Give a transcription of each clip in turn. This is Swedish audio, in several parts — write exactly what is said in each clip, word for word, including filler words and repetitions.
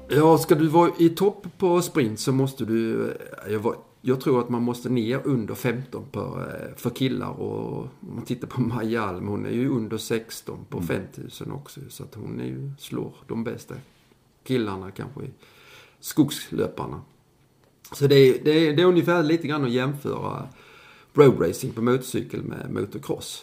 Ja, ska du vara i topp på sprint så måste du... Jag, var, jag tror att man måste ner under femton på, för killar. Och om man tittar på Maja Alm, hon är ju under sexton på mm. femtusen också. Så att hon är ju, slår de bästa killarna kanske i skogslöparna. Så det är, det, är, det är ungefär lite grann att jämföra roadracing på motorcykel med motocross.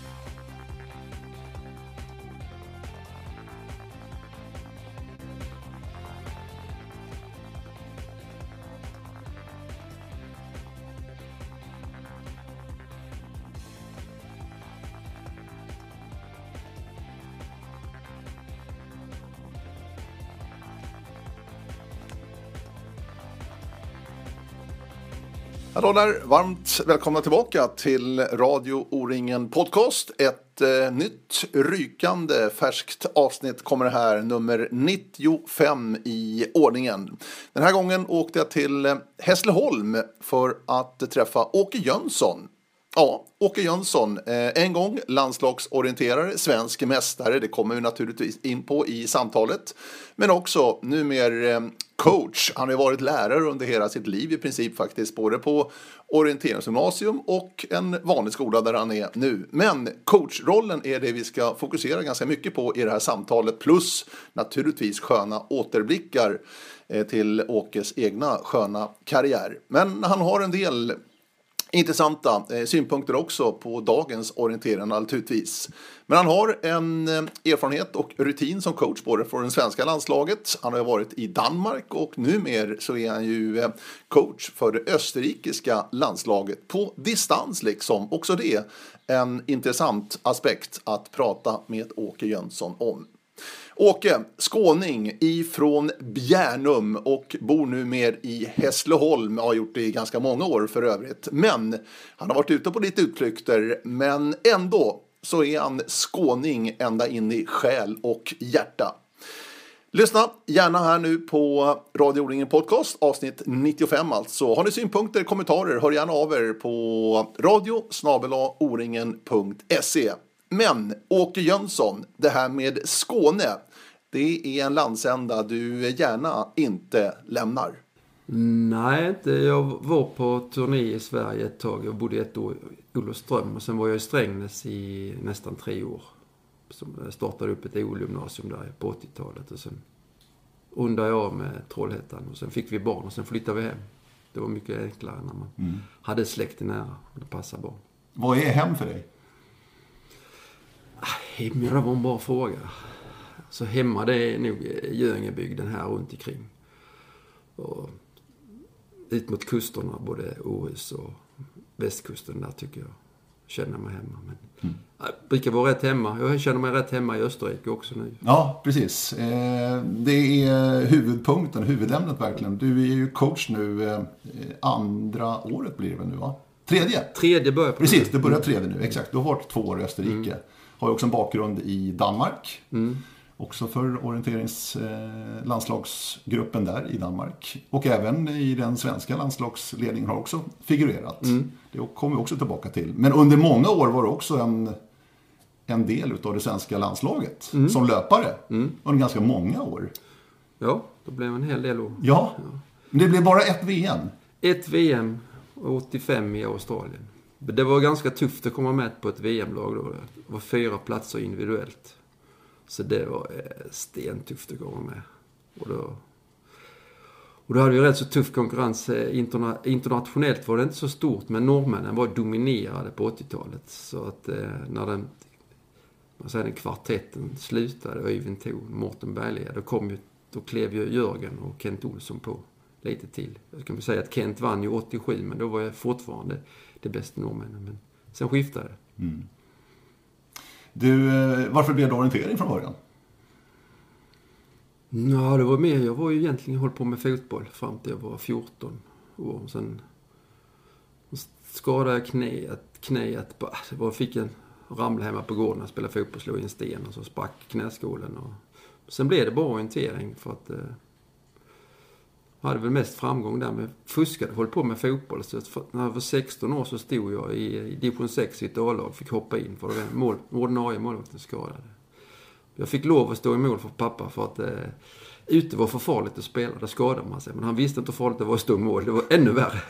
Hallå där, varmt välkomna tillbaka till Radio O-ringen podcast. Ett eh, nytt rykande färskt avsnitt kommer här, nummer nittiofem i ordningen. Den här gången åkte jag till Hässleholm för att träffa Åke Jönsson. Ja, Åke Jönsson, eh, en gång landslagsorienterare, svensk mästare, det kommer vi naturligtvis in på i samtalet. Men också numera eh, coach, han har varit lärare under hela sitt liv i princip faktiskt, både på orienteringsgymnasium och en vanlig skola där han är nu. Men coachrollen är det vi ska fokusera ganska mycket på i det här samtalet, plus naturligtvis sköna återblickar eh, till Åkes egna sköna karriär. Men han har en del intressanta eh, synpunkter också på dagens orienterande naturligtvis. Men han har en eh, erfarenhet och rutin som coach både för det svenska landslaget. Han har varit i Danmark och numera så är han ju eh, coach för det österrikiska landslaget på distans liksom. Också det en intressant aspekt att prata med Åke Jönsson om. Åke, skåning ifrån Bjärnum och bor nu mer i Hässleholm. Har gjort det i ganska många år för övrigt. Men han har varit ute på lite utflykter. Men ändå så är han skåning ända in i själ och hjärta. Lyssna gärna här nu på Radio O-ringen podcast, avsnitt nittiofem alltså. Har ni synpunkter, kommentarer, hör gärna av er på radio snabel-a o-ringen punkt se. Men Åke Jönsson, det här med Skåne, det är en landsända du gärna inte lämnar. Nej, inte. Jag var på turné i Sverige ett tag. Jag bodde ett år i Olofström och sen var jag i Strängnäs i nästan tre år. Så jag startade upp ett O L-gymnasium där på åttiotalet och sen rundade jag av med Trollhättan och sen fick vi barn och sen flyttade vi hem. Det var mycket enklare när man mm. hade släkten nära och det passade barn. Vad är hem för dig? Hem, det var en bra fråga. Så hemma det är nog Göingebygden här runt omkring. Och ut mot kusterna, både Åhus och västkusten, där tycker jag känner mig hemma. Men mm. jag brukar vara rätt hemma. Jag känner mig rätt hemma i Österrike också nu. Ja, precis. Det är huvudpunkten, huvudämnet verkligen. Du är ju coach nu, andra året blir det väl nu va? Tredje? Tredje börjar på Precis, du börjar tredje nu. Exakt, du har varit två år i Österrike. Mm. Har också en bakgrund i Danmark. Mm. Också för orienteringslandslagsgruppen där i Danmark. Och även i den svenska landslagsledningen har också figurerat. Mm. Det kommer vi också tillbaka till. Men under många år var det också en, en del av det svenska landslaget. Mm. Som löpare. Mm. Under ganska många år. Ja, det blev en hel del år. Ja, ja. Men det blev bara ett V M. Ett V M åttiofem i Australien. Det var ganska tufft att komma med på ett V M-lag då. Det var fyra platser individuellt. Så det var stentufft att komma med. Och då, och då hade vi rätt så tuff konkurrens. Interna, internationellt var det inte så stort, men norrmännen var dominerade på åttiotalet. Så att när den, man säger, den kvartetten slutade, Öyvind Thor, Mårten Bergled, då, kom ju, då klev ju Jörgen och Kent Olsson på lite till. Jag kan säga att Kent vann ju åttiosju, men då var jag fortfarande det bästa norrmännen. Men sen skiftade det. Mm. Du, varför blev det orientering från början? Ja, det var mer. Jag var ju egentligen hållit på med fotboll fram till jag var fjorton år. Sen skadade jag knäet. knäet bara, jag fick en ramla hemma på gården och spela fotboll, slå i en sten och så sprack knäskålen. Och sen blev det bara orientering för att jag hade väl mest framgång där med fuskade, höll på med fotboll. Så när jag var sexton år så stod jag i, i division sex i ett A-lag, fick hoppa in för det mål, ordinarie målvakten skadade. Jag fick lov att stå i mål för pappa för att eh, ute var för farligt att spela, där skadade man sig. Men han visste inte hur farligt det var att stå mål, det var ännu värre.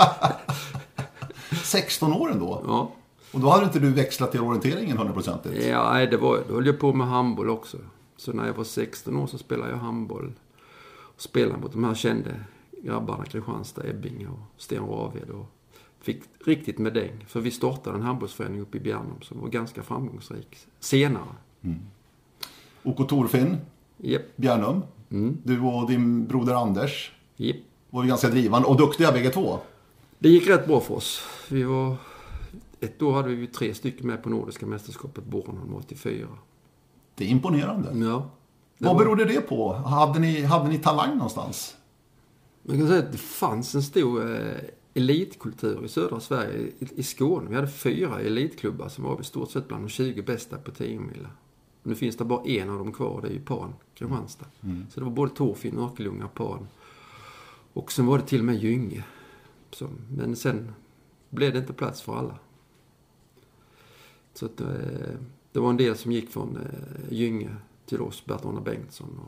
sexton år ändå? Ja. Och då hade inte du växlat till orienteringen hundraprocentigt? Ja, nej, det var, då höll jag på med handboll också. Så när jag var sexton år så spelade jag handboll. Och spelade mot de här kända grabbarna, Kristianstad, Ebbinge och Sten Raved. Och fick riktigt med däng. För vi startade en handbollsförening uppe i Bjärnum som var ganska framgångsrik senare. Mm. O K Torfinn, yep. Bjärnum. Mm. Du och din broder Anders yep. var ju ganska drivande och duktiga bägge två. Det gick rätt bra för oss. Vi var... Ett år hade vi tre stycken med på Nordiska mästerskapet Bornholm åttiofyra. Det är imponerande. Ja. Det Vad var... berodde det på? Hade ni, hade ni talang någonstans? Man kan säga att det fanns en stor eh, elitkultur i södra Sverige. I, I Skåne. Vi hade fyra elitklubbar som var i stort sett bland de tjugo bästa på tio mil. Nu finns det bara en av dem kvar. Det är ju Pan, Kristianstad. Mm. Så det var både Torfinn, Örkelljunga, Pan. Och sen var det till och med Gynge. Så, men sen blev det inte plats för alla. Så att, eh, det var en del som gick från eh, Gynge till oss, Bert-Arne Bengtsson. Och,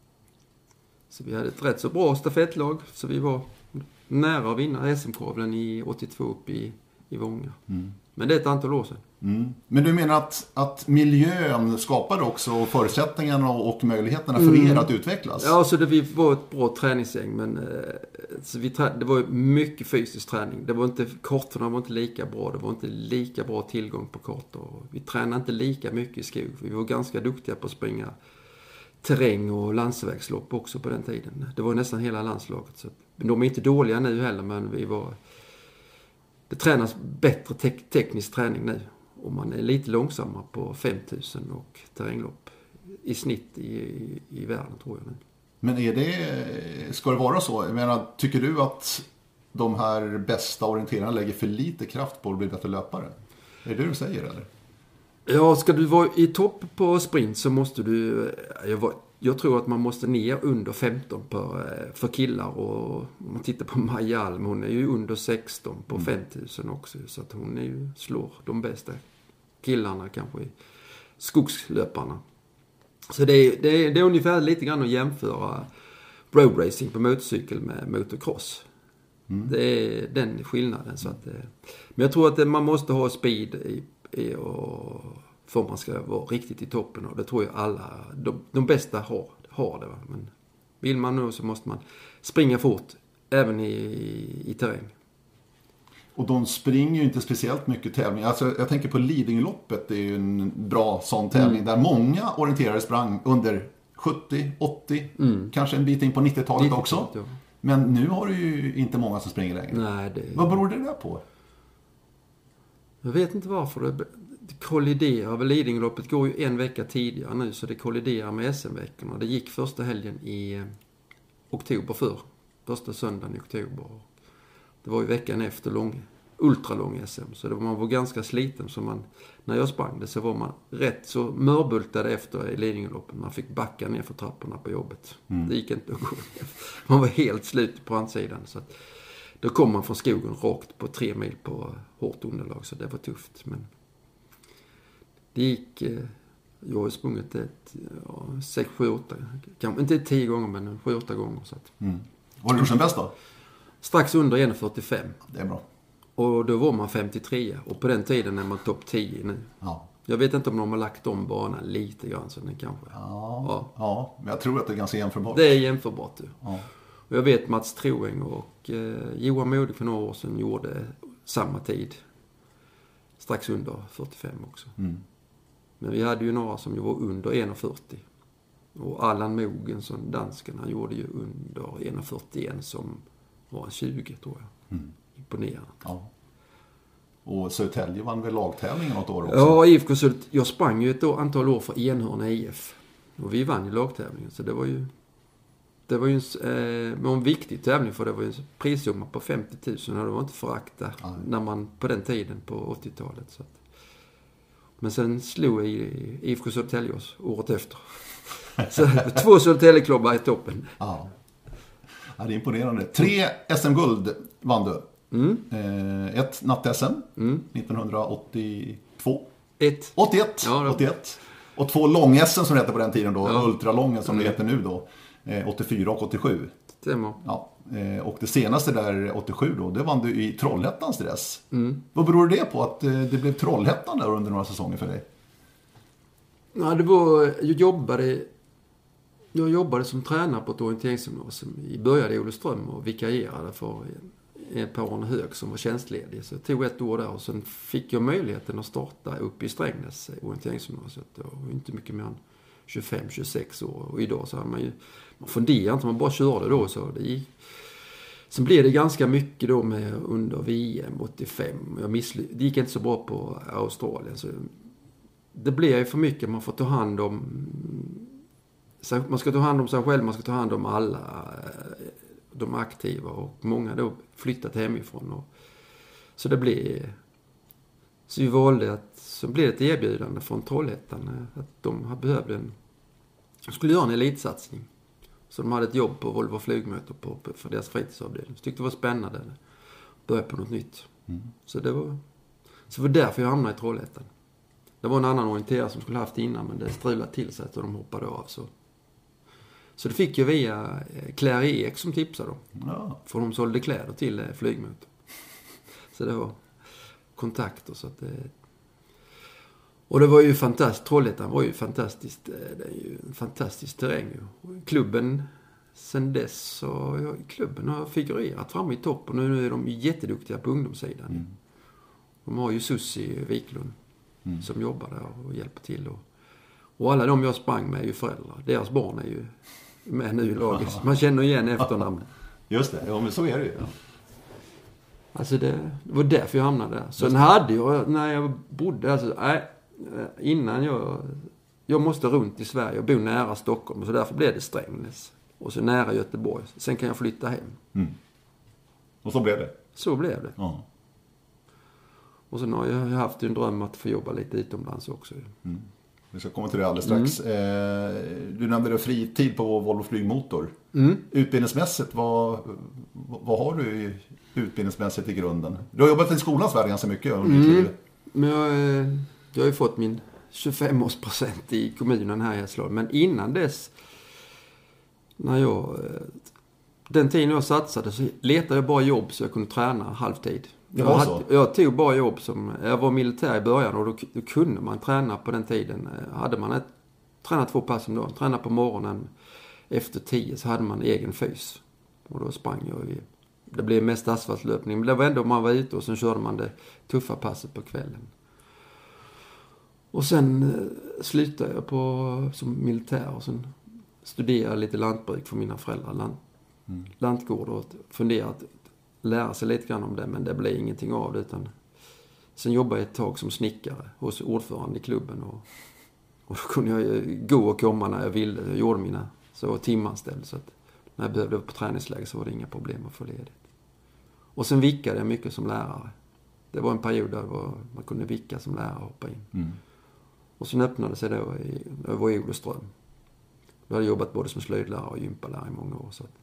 så vi hade ett rätt så bra stafettlag. Så vi var nära att vinna S M-kavlen i åttiotvå upp i, i Vånga. Mm. Men det är ett antal år sedan. Mm. Men du menar att, att miljön skapade också förutsättningarna och, och möjligheterna för mm. er att utvecklas? Ja, så det vi var ett bra träningsgäng. Men eh, så vi trä- det var mycket fysisk träning. Det var inte, kartorna var inte lika bra. Det var inte lika bra tillgång på kartor. Vi tränade inte lika mycket i skog. Vi var ganska duktiga på att springa terräng och landsvägslopp också på den tiden. Det var nästan hela landslaget. Så de är inte dåliga nu heller, men vi var... Det tränas bättre te- teknisk träning nu. Och man är lite långsammare på femtusen och terränglopp i snitt i, i, i världen, tror jag nu. Men är det, ska det vara så? Jag menar, tycker du att de här bästa orienterarna lägger för lite kraft på att bli bättre löpare? Är det det du säger, eller? Ja, ska du vara i topp på sprint så måste du... Jag, var, jag tror att man måste ner under femton på, för killar. Och om man tittar på Maja Alm, hon är ju under sexton på mm. femtusen också. Så att hon är ju, slår de bästa killarna kanske i skogslöparna. Så det är, det är, det är ungefär lite grann att jämföra roadracing på motorcykel med motocross. Mm. Det är den skillnaden. Så att, men jag tror att man måste ha speed i, i och för man ska vara riktigt i toppen. Och det tror jag alla, de, de bästa har, har det. Va? Men vill man nu så måste man springa fort även i, i terräng. Och de springer ju inte speciellt mycket tävling. Alltså, jag tänker på Lidingöloppet, det är ju en bra sån tävling. Mm. Där många orienterare sprang under sjuttio, åttio, mm. kanske en bit in på nittiotalet, nittiotalet också. Ja. Men nu har du ju inte många som springer längre. Nej, det... Vad beror det där på? Jag vet inte varför. Det, det kolliderar. Väl Lidingöloppet går ju en vecka tidigare nu, så det kolliderar med S M-veckorna. Det gick första helgen i eh, oktober för. Första söndagen i oktober. Det var ju veckan efter lång, ultralång S M. Så det var, man var ganska sliten. Så man, när jag sprang det så var man rätt så mörbultade efter i Lidingöloppen. Man fick backa ner för trapporna på jobbet. Mm. Det gick inte att gå. Man var helt slut på andsidan. Så att, då kom man från skogen rakt på tre mil på hårt underlag. Så det var tufft. Men det gick... Jag har ju sprungit ett, ja, sex, sju, åtta. Kanske inte tio gånger, men sju, åtta gånger. Så att. Mm. Vad har du gjort sen bäst då? Strax under en fyrtiofem. Det är bra. Och då var man femtiotre. Och på den tiden är man topp tio nu. Ja. Jag vet inte om de har lagt om banan lite grann. Så den kanske. Ja, ja. ja, men jag tror att det är ganska jämförbart. Det är jämförbart. Du. Ja. Och jag vet Mats Troeng och eh, Johan Modig för några år sedan gjorde samma tid. Strax under fyrtiofem också. Mm. Men vi hade ju några som var under en fyrtio. Och Allan Mogen som dansken, han gjorde ju under en fyrtioen som var en tjugo, tror jag. Mm. Imponerande. Ja. Och Södertälje vann väl lagtävlingen något år också? Ja, I F K Södertälje. Jag sprang ju ett antal år för Enhörna I F. Och vi vann ju lagtävlingen. Så det var ju, det var ju en, eh, en viktig tävling, för det var ju en prissumma på femtio tusen. Och det var inte förakta ja. När man på den tiden på åttiotalet. Så att. Men sen slog I F K Södertälje oss året efter. Så två Södertäljeklubbar i toppen. Ja. Ja, det är imponerande. Tre S M-guld vann du. Mm. Eh, ett natt-S M mm. nittonhundraåttiotvå. Ett. åttioett. Ja, åttioett. Och två lång-S M som det hette på den tiden då. Ja. Ultralången som mm. det heter nu då. åttiofyra och åttiosju. Stämmer. Ja. Och det senaste där, åttiosju då, det vann du i Trollhättans dress. Mm. Vad beror det på att det blev Trollhättan där under några säsonger för dig? Ja, det var, jag jobbade, jag jobbade som tränare på ett orienteringsgymnasium. Jag började i Olofström och vikarierade för ett par år hög som var tjänstledig. Så jag tog ett år där och sen fick jag möjligheten att starta upp i Strängnäs orienteringsgymnasiet. Och inte mycket mer än tjugofem tjugosex år. Och idag så har man ju, man funderar inte, man bara körde då så det gick. Sen blev det ganska mycket då med under V M åttiofem. Jag missly- det gick inte så bra på Australien. Så det blev ju för mycket. Man får ta hand om... Man ska ta hand om sig själv, man ska ta hand om alla de aktiva. Och många då flyttat hemifrån. Och, så det blev... Så vi valde att... Så blev det ett erbjudande från Trollhättan. Att de behövde en... De skulle göra en elitsatsning. Så de hade ett jobb på Volvo Flygmotor på, för deras fritidsavdelning. Så tyckte det var spännande. Börja på något nytt. Mm. Så det var... Så det var därför jag hamnade i Trollhättan. Det var en annan orienterare som skulle haft innan, men det strulade till sig så de hoppade av. Så, så det fick jag via Claire Ek som tipsade dem. Ja. För de sålde kläder till Flygmotor. Så det var kontakter. Så att det... Och det var ju fantastiskt. Trollhättan var ju fantastiskt. Det är ju en fantastisk terräng. Klubben, sen dess så ja, klubben har figurerat fram i topp. Och nu är de jätteduktiga på ungdomssidan. Mm. De har ju Susie Wiklund. Mm. Som jobbar där och hjälper till. Och, och alla de jag sprang med är ju föräldrar. Deras barn är ju med nu i laget. Man känner igen efternamnet. Just det, ja men så är det ju. Ja. Alltså det, det var därför jag hamnade där. Sen hade jag, när jag bodde, alltså nej, innan jag, jag måste runt i Sverige och bo nära Stockholm. Så därför blev det Strängnäs. Och så nära Göteborg. Sen kan jag flytta hem. Mm. Och så blev det? Så blev det. Ja. Och sen har jag haft en dröm att få jobba lite utomlands också. Mm. Vi ska komma till det alldeles strax. Mm. Eh, du nämnde det fritid på Volvo Flygmotor. Mm. Utbildningsmässigt, vad, vad har du utbildningsmässigt i grunden? Du har jobbat i skolans värld ganska mycket under ditt liv. Men jag, jag har ju fått min tjugofem-årspresent i kommunen här i Hässleholm. Men innan dess, när jag, den tiden jag satsade så letade jag bara jobb så jag kunde träna halvtid. Jag, hade, jag tog bara jobb som... Jag var militär i början och då, då kunde man träna på den tiden. Hade man ett, tränat två pass om dagen, träna på morgonen efter tio så hade man egen fys. Och då sprang jag i... Det blev mest asfaltlöpning. Men det var ändå man var ute och sen körde man det tuffa passet på kvällen. Och sen eh, slutade jag på, som militär och sen studerade lite lantbruk för mina föräldrar. Lant, mm. Lantgård och funderat... lära sig lite grann om det, men det blev ingenting av det. Utan sen jobbade jag ett tag som snickare hos ordförande i klubben. Och, och då kunde jag gå och komma när jag ville. Jag gjorde mina så timanställd. Så att när jag behövde på träningsläge så var det inga problem att få ledigt. Och sen vickade jag mycket som lärare. Det var en period där var, man kunde vicka som lärare och hoppa in. Mm. Och sen öppnade sig då i, jag var i Olofström. Jag hade jobbat både som slöjdlärare och gympalärare i många år. Så att,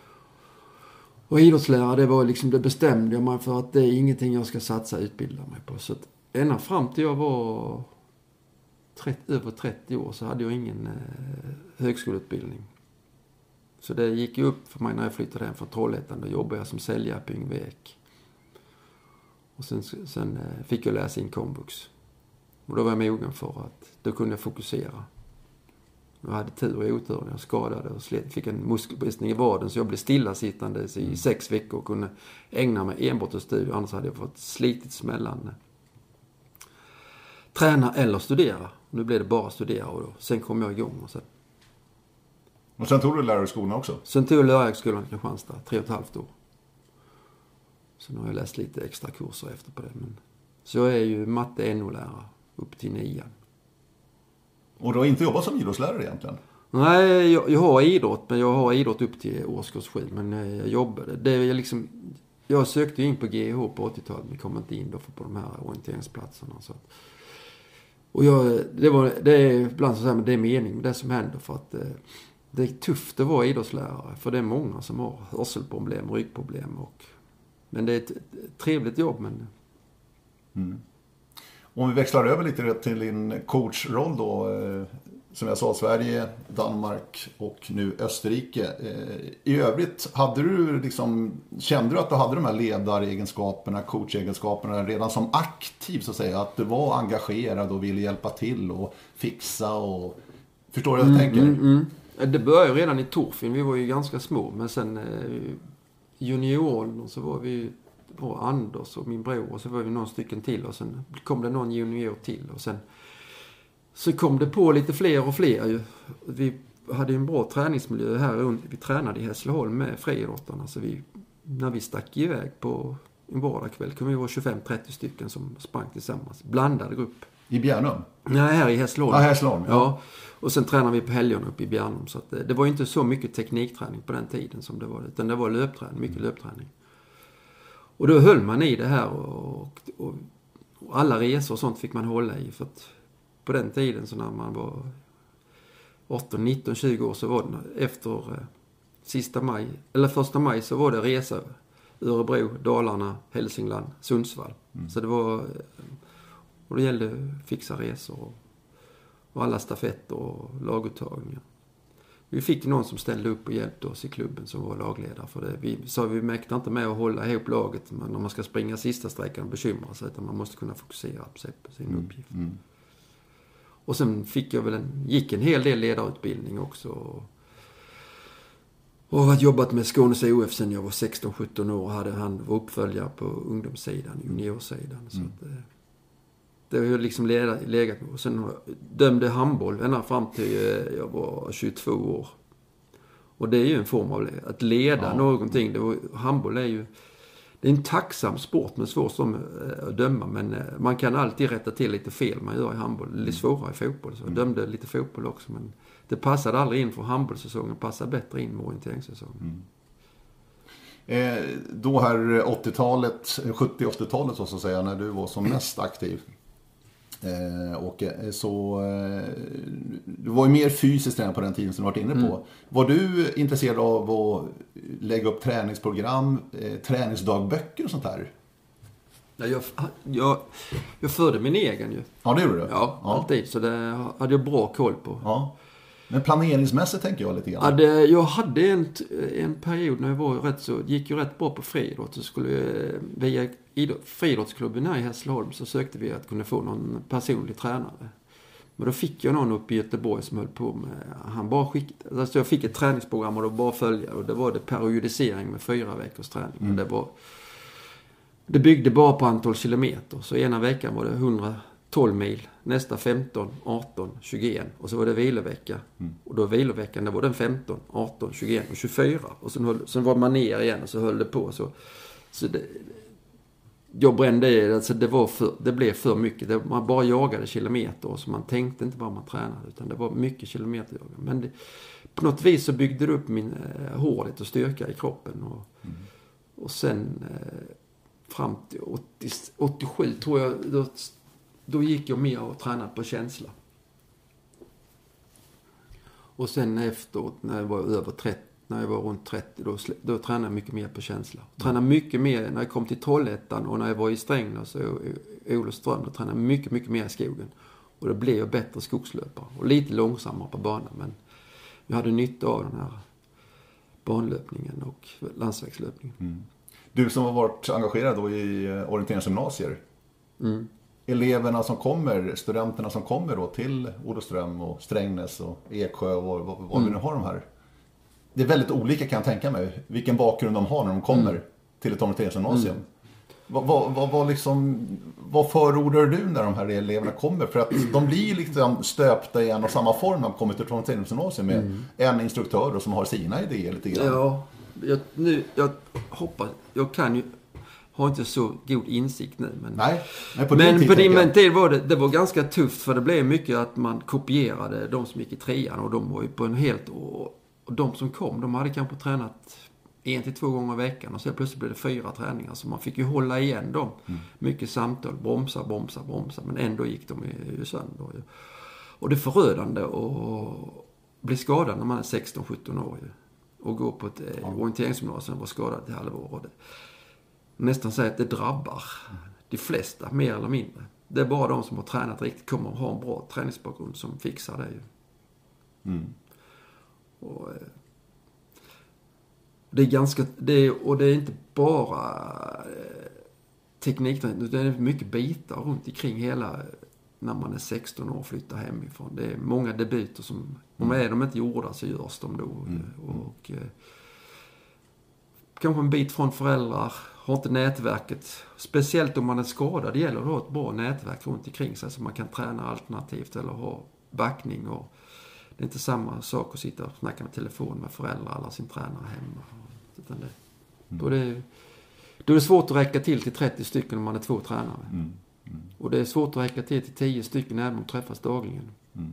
och idrottslärare, det var liksom, det bestämde jag mig för att det är ingenting jag ska satsa och utbilda mig på. Så att ända fram till jag var trettio, över trettio år så hade jag ingen eh, högskoleutbildning. Så det gick ju upp för mig när jag flyttade hem från Trollhättan. Då jobbade jag som säljare på Yngvek. Och sen, sen eh, fick jag läsa in komvux. Och då var jag mogen för att då kunde jag fokusera. Jag hade tur och otur. Jag skadade och slet. Fick en muskelbristning i vaden så jag blev stillasittande i mm. sex veckor och kunde ägna mig enbart åt studier. Annars hade jag fått slitit mellan träna eller studera. Nu blev det bara studera och då. Sen kom jag igång. Och sen, och sen tog du lärarhögskolan också? Sen tog jag lärarhögskolan i Kristianstad. Tre och ett halvt år. Sen har jag läst lite extra kurser efter på det. Men, så jag är ju matte N O-lärare upp till nian. Och du har inte jobbat som idrottslärare egentligen? Nej, jag, jag har idrott, men jag har idrott upp till årskurs sju. Men jag jobbade. Det är liksom, jag sökte in på G H på åttiotalet, men kom inte in då för på de här orienteringsplatserna. Så. Och jag, det, var, det är ibland så här, men det är mening med det som händer. För att det är tufft att vara idrottslärare. För det är många som har hörselproblem, ryggproblem. Och, men det är ett, ett trevligt jobb. Men... Mm. Om vi växlar över lite till din coachroll då. som jag sa, Sverige, Danmark och nu Österrike. I övrigt, hade du liksom, kände du att du hade de här ledaregenskaperna, coachegenskaperna redan som aktiv så att säga? Att du var engagerad och ville hjälpa till och fixa och... Förstår du vad jag mm, tänker? Mm, mm. Det började ju redan i Torfin, vi var ju ganska små. Men sen eh, junioren så var vi var Anders och min bror och så var vi någon stycken till. Och sen kom det någon junior till och sen... Så kom det på lite fler och fler ju. Vi hade ju en bra träningsmiljö här runt. Vi tränade i Hässleholm med friidrottarna. Så vi, när vi stack iväg på en vardagskväll kunde vi vara tjugofem trettio stycken som sprang tillsammans. Blandad grupp. I Bjärnum? Nej, här i Hässleholm. Ja, Hässleholm. Ja. Ja. Och sen tränade vi på helgerna uppe i Bjärnum. Så att det, det var inte så mycket teknikträning på den tiden som det var. Utan det var löpträning, mycket löpträning. Och då höll man i det här. Och, och, och alla resor och sånt fick man hålla i. För att på den tiden så när man var arton, nitton, tjugo år så var det efter eh, sista maj, eller första maj så var det resa Örebro, Dalarna, Hälsingland, Sundsvall. Mm. Så det var, och det gällde att fixa resor och, och alla stafetter och laguttagningar. Vi fick någon som ställde upp och hjälpte oss i klubben som var lagledare för det. Vi sa vi mäktar inte med att hålla ihop laget men när man ska springa sista sträckan och bekymra sig utan man måste kunna fokusera på sig på sin mm. uppgift. Mm. Och sen fick jag väl en, gick en hel del ledarutbildning också. Och, och har jobbat med Skånes O F sen jag var sexton sjutton år. Hade han var uppföljare på ungdomssidan, juniorsidan. Så Mm. att, det har jag liksom legat med. Och sen dömde handboll ända fram till jag var tjugotvå år. Och det är ju en form av att leda ja. någonting. Det var, handboll är ju... Det är en tacksam sport men svår som att döma. Men man kan alltid rätta till lite fel man gör i handboll. Det är svårare i fotboll. Så jag dömde lite fotboll också. Men det passade aldrig in för handbollssäsongen. Passade bättre in med orienteringssäsongen. Mm. Eh, då här åttiotalet, sjuttio-åttiotalet så att säga. När du var som mest aktiv. Eh, och så eh, du var ju mer fysiskt än på den tiden som du varit inne på. Mm. Var du intresserad av att lägga upp träningsprogram, eh, träningsdagböcker och sånt här? Ja, jag, jag, jag förde min egen ju. Ja, det gjorde du? Ja, ja, alltid. Så det hade jag bra koll på. Ja. Men planeringsmässigt tänker jag lite grann. Ja, det, jag hade en, en period när jag var rätt så, gick ju rätt bra på friidrott. Så skulle jag, via idrott, friidrottsklubben här i Hässleholm så sökte vi att kunna få någon personlig tränare. Men då fick jag någon uppe i Göteborg som höll på med, han bara skickade, alltså jag fick ett träningsprogram och då bara följa. Och det var det periodisering med fyra veckors träning. Mm. Det var, det byggde bara på antal kilometer. Så ena veckan var det hundratolv mil. Nästa femton, arton, tjugoett. Och så var det vilovecka. Mm. Och då viloveckan, det var den femton, arton, tjugoett och tjugofyra. Och sen, höll, sen var man ner igen och så höll det på. Så, så det, jag brände det, alltså det, var för, det blev för mycket. Det, man bara jagade kilometer. Och så man tänkte inte bara man tränade. Utan det var mycket kilometer. Men det, på något vis så byggde det upp min eh, hårdhet och styrka i kroppen. Och, mm. och sen eh, fram till åttio, åttiosju tror jag... Då, Då gick jag mer och tränade på känsla. Och sen efteråt när jag var över trettio, när jag var runt trettio, då, då tränade jag mycket mer på känsla. Tränade mycket mer när jag kom till Trollhättan och när jag var i Strängnäs och Olofström, då tränade jag mycket, mycket mer i skogen. Och då blev jag bättre skogslöpare och lite långsammare på banan. Men jag hade nytta av den här banlöpningen och landsvägslöpningen. Mm. Du som har varit engagerad då i orienteringsgymnasier. Mm. Eleverna som kommer, studenterna som kommer då till Olofström och Strängnäs och Eksjö och vad, vad, vad mm. vi nu har de här. Det är väldigt olika kan jag tänka mig, vilken bakgrund de har när de kommer mm. till ett orienteringsgymnasium. Mm. Vad, vad, vad, vad, liksom, vad förordar du när de här eleverna kommer? För att de blir liksom stöpta i en och samma form när de kommer till ett orienteringsgymnasium med mm. en instruktör som har sina idéer lite grann. Ja, jag, nu, jag hoppas, jag kan ju har inte så god insikt nu. Men, Nej, men på men din, på din tid var det, det var ganska tufft för det blev mycket att man kopierade de som gick i trean och de var ju på en helt... Och, och de som kom, de hade kanske tränat en till två gånger i veckan och så plötsligt blev det fyra träningar så man fick ju hålla igen dem. Mm. Mycket samtal, bromsa, bromsa, bromsa men ändå gick de ju sönder. Och det är förödande att bli skadad när man är sexton sjutton år och gå på ett ja. orienteringsgymnasium och vara skadad till halvår och det. Nästan säga att det drabbar de flesta, mer eller mindre. Det är bara de som har tränat riktigt kommer att ha en bra träningsbakgrund som fixar det ju. Mm. Och, det är ganska, det är, och det är inte bara teknikträning, det är mycket bitar runt omkring hela, när man är sexton år och flyttar hemifrån. Det är många debuter som, mm. om är de inte gjorda så görs de då. Mm. Och eh, kanske en bit från föräldrar, har inte nätverket, speciellt om man är skadad, det gäller att ha ett bra nätverk runt omkring sig så man kan träna alternativt eller ha backning. Och det är inte samma sak att sitta och snacka med telefon med föräldrar eller sin tränare hemma. Utan det, mm. då, är det, då är det svårt att räcka till till trettio stycken om man är två tränare. Mm. Mm. Och det är svårt att räcka till till tio stycken även om de träffas dagligen. Mm.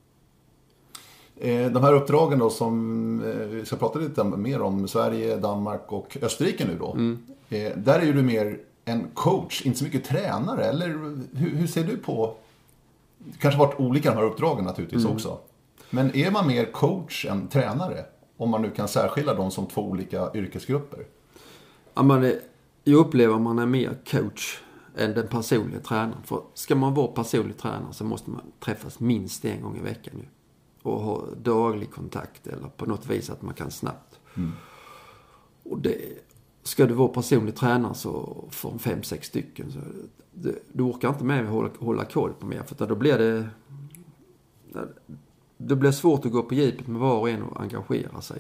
Eh, de här uppdragen då som eh, vi ska prata lite mer om, Sverige, Danmark och Österrike nu då. Mm. Eh, där är ju du mer en coach, inte så mycket tränare. Eller hur, hur ser du på, det kanske har varit olika de här uppdragen naturligtvis mm. också. Men är man mer coach än tränare? Om man nu kan särskilja dem som två olika yrkesgrupper. Ja, man är, jag upplever att man är mer coach än den personliga tränaren. För ska man vara personlig tränare så måste man träffas minst en gång i veckan nu. Och ha daglig kontakt eller på något vis att man kan snabbt. Mm. Och det, ska du vara personlig tränare så får fem, sex stycken så det, du orkar inte med att hålla, hålla koll på mer. För då blir det det blir svårt att gå på djupet med var och en och engagera sig.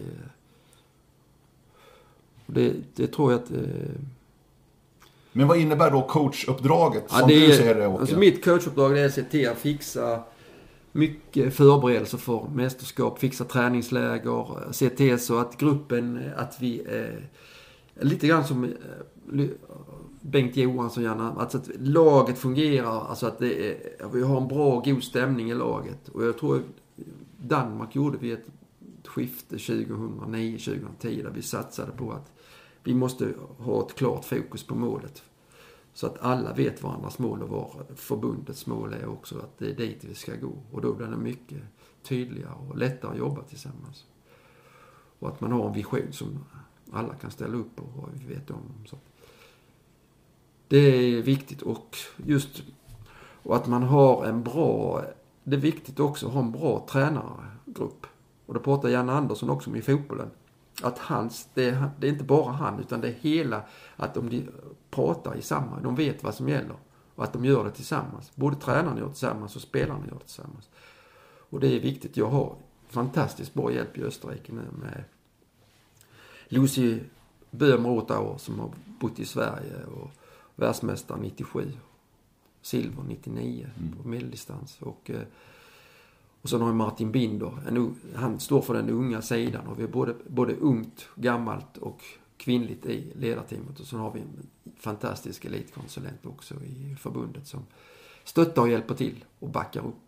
Och det, det tror jag att eh, men vad innebär då coachuppdraget som ja, det är, du ser det, Åke? Alltså mitt coachuppdrag är att se till att fixa mycket förberedelser för mästerskap, fixa träningsläger, se till så att gruppen, att vi är lite grann som Bengt Johansson gärna, alltså att laget fungerar, alltså att det är, vi har en bra, god stämning i laget. Och jag tror Danmark gjorde vi ett skifte tjugohundranio tjugohundratio där vi satsade på att vi måste ha ett klart fokus på målet. Så att alla vet varandras mål och vad förbundets mål är också. Att det är dit vi ska gå. Och då blir det mycket tydligare och lättare att jobba tillsammans. Och att man har en vision som alla kan ställa upp på och vi vet om. Så det är viktigt. Och just och att man har en bra... Det är viktigt också att ha en bra tränargrupp. Och det pratar Janne Andersson också om i fotbollen. Att hans, det är, det är inte bara han utan det är hela, att de pratar i samma, de vet vad som gäller och att de gör det tillsammans. Både tränarna gör det tillsammans och spelarna gör det tillsammans. Och det är viktigt. Jag har fantastiskt bra hjälp i Österrike nu med Lucy Böhmer som har bott i Sverige och världsmästare nittiosju, silver nittionio mm. på medeldistans och Och så har vi Martin Binder. En, han står för den unga sidan. Och vi har både, både ungt, gammalt och kvinnligt i ledarteamet. Och så har vi en fantastisk elitkonsulent också i förbundet som stöttar och hjälper till och backar upp.